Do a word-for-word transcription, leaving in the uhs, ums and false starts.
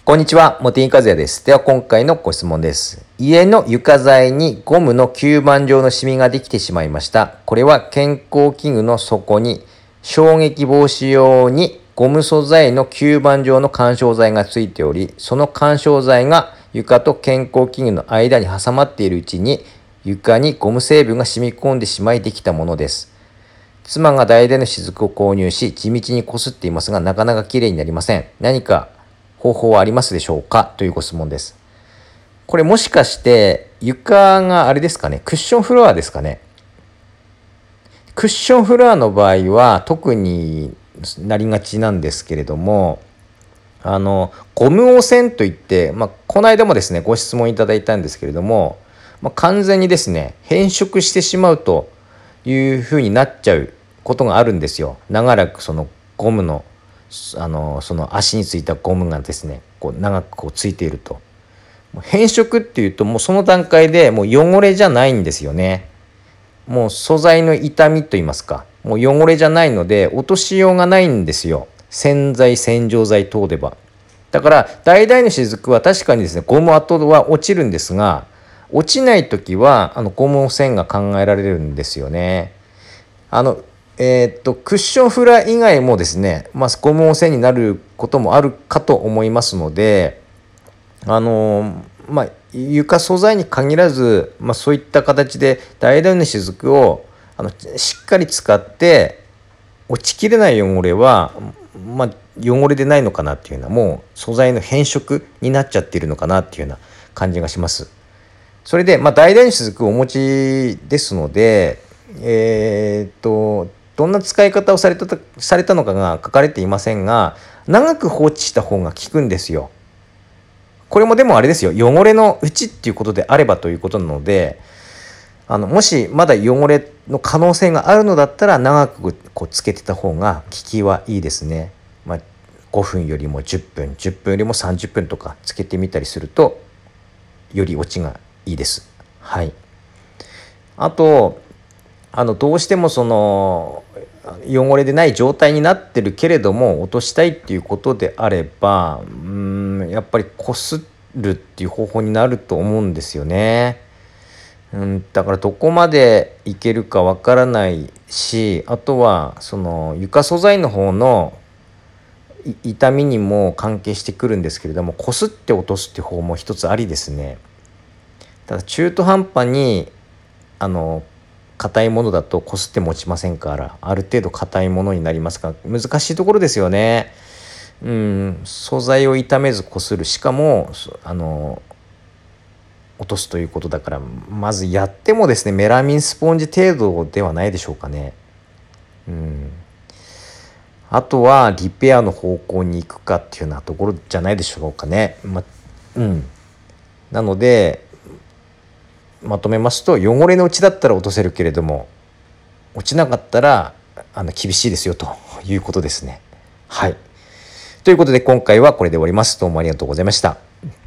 こんにちは、茂木和也です。では今回のご質問です。家の床材にゴムの吸盤状のシミができてしまいました。これは健康器具の底に衝撃防止用にゴム素材の吸盤状の緩衝材がついており、その緩衝材が床と健康器具の間に挟まっているうちに床にゴム成分が染み込んでしまいできたものです。妻が橙の雫を購入し、地道にこすっていますが、なかなか綺麗になりません。何か方法はありますでしょうかというご質問です。これもしかして床があれですかね、クッションフロアですかね。クッションフロアの場合は特になりがちなんですけれども、あのゴム汚染といって、まあ、この間もですねご質問いただいたんですけれども、まあ、完全にですね変色してしまうというふうになっちゃうことがあるんですよ。長らくそのゴムのあのその足についたゴムがですねこう長くこうついていると、変色っていうともうその段階でもう汚れじゃないんですよね。もう素材の傷みといいますか、もう汚れじゃないので落としようがないんですよ。洗剤洗浄剤等では。だから橙の雫は確かにですねゴム跡は落ちるんですが、落ちない時はあのゴム汚染が考えられるんですよね。あのえー、っとクッションフラ以外もですね、まあ、ゴム汚染になることもあるかと思いますので、あのまあ床素材に限らず、まあ、そういった形で橙の雫をあのしっかり使って落ちきれない汚れは、まあ、汚れでないのかなっていうような、もう素材の変色になっちゃっているのかなっていうような感じがします。それで、まあ、橙の雫をお持ちですので、えー、っとどんな使い方をされたされたのかが書かれていませんが、長く放置した方が効くんですよ。これもでもあれですよ、汚れのうちっていうことであればということなので、あのもしまだ汚れの可能性があるのだったら長くこうつけてた方が効きはいいですね。まあ、ごふんよりもじゅっぷん、じゅっぷんよりもさんじゅっぷんとかつけてみたりするとより落ちがいいです。はい。あとあのどうしてもその汚れでない状態になってるけれども落としたいっていうことであれば、うーんやっぱりこするっていう方法になると思うんですよね。うん、だからどこまでいけるかわからないし、あとはその床素材の方の傷みにも関係してくるんですけれども、こすって落とすっていう方も一つありですね。ただ中途半端にあの硬いものだとこすって持ちませんから、ある程度硬いものになりますが難しいところですよね。うん、素材を傷めずこする、しかもあの落とすということだから、まずやってもですねメラミンスポンジ程度ではないでしょうかね。うん、あとはリペアの方向に行くかっていうようなところじゃないでしょうかね。まうん、なのでまとめますと、汚れのうちだったら落とせるけれども落ちなかったらあの厳しいですよということですね。はい。ということで今回はこれで終わります。どうもありがとうございました。